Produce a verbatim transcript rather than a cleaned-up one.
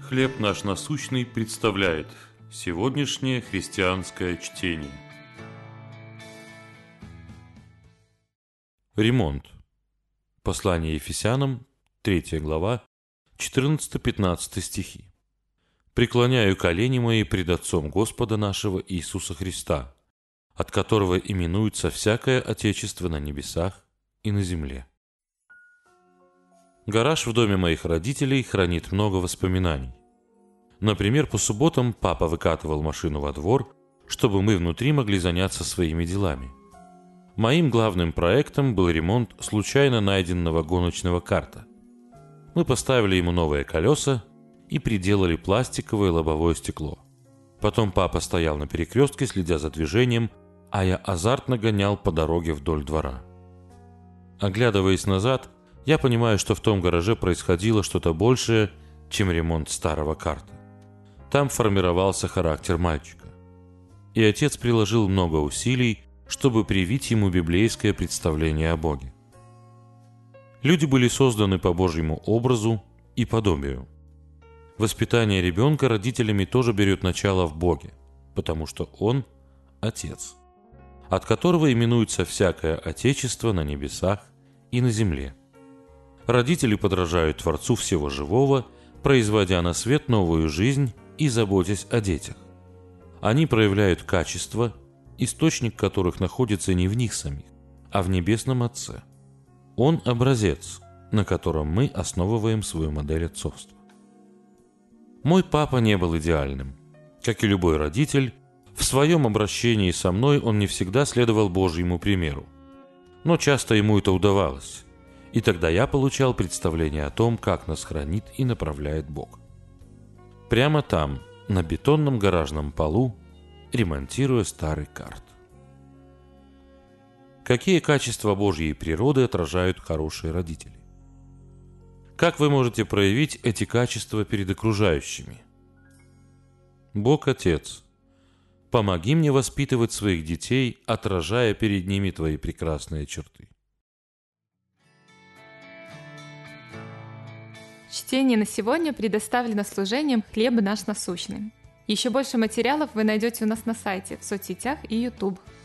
«Хлеб наш насущный» представляет сегодняшнее христианское чтение. Ремонт. Послание Ефесянам, третья глава, четырнадцатый-пятнадцатый стихи. «Преклоняю колени мои пред Отцом Господа нашего Иисуса Христа, от которого именуется всякое Отечество на небесах и на земле». Гараж в доме моих родителей хранит много воспоминаний. Например, по субботам папа выкатывал машину во двор, чтобы мы внутри могли заняться своими делами. Моим главным проектом был ремонт случайно найденного гоночного карта. Мы поставили ему новые колеса и приделали пластиковое лобовое стекло. Потом папа стоял на перекрестке, следя за движением, а я азартно гонял по дороге вдоль двора. Оглядываясь назад, я понимаю, что в том гараже происходило что-то большее, чем ремонт старого карта. Там формировался характер мальчика. И отец приложил много усилий, чтобы привить ему библейское представление о Боге. Люди были созданы по Божьему образу и подобию. Воспитание ребенка родителями тоже берет начало в Боге, потому что Он – Отец, от которого именуется всякое Отечество на небесах и на земле. Родители подражают Творцу всего живого, производя на свет новую жизнь и заботясь о детях. Они проявляют качества, источник которых находится не в них самих, а в Небесном Отце. Он – образец, на котором мы основываем свою модель отцовства. Мой папа не был идеальным. Как и любой родитель, в своем обращении со мной он не всегда следовал Божьему примеру. Но часто ему это удавалось. И тогда я получал представление о том, как нас хранит и направляет Бог. Прямо там, на бетонном гаражном полу, ремонтируя старый карт. Какие качества Божьей природы отражают хорошие родители? Как вы можете проявить эти качества перед окружающими? Бог Отец, помоги мне воспитывать своих детей, отражая перед ними Твои прекрасные черты. Чтение на сегодня предоставлено служением «Хлеб наш насущный». Еще больше материалов вы найдете у нас на сайте, в соцсетях и YouTube.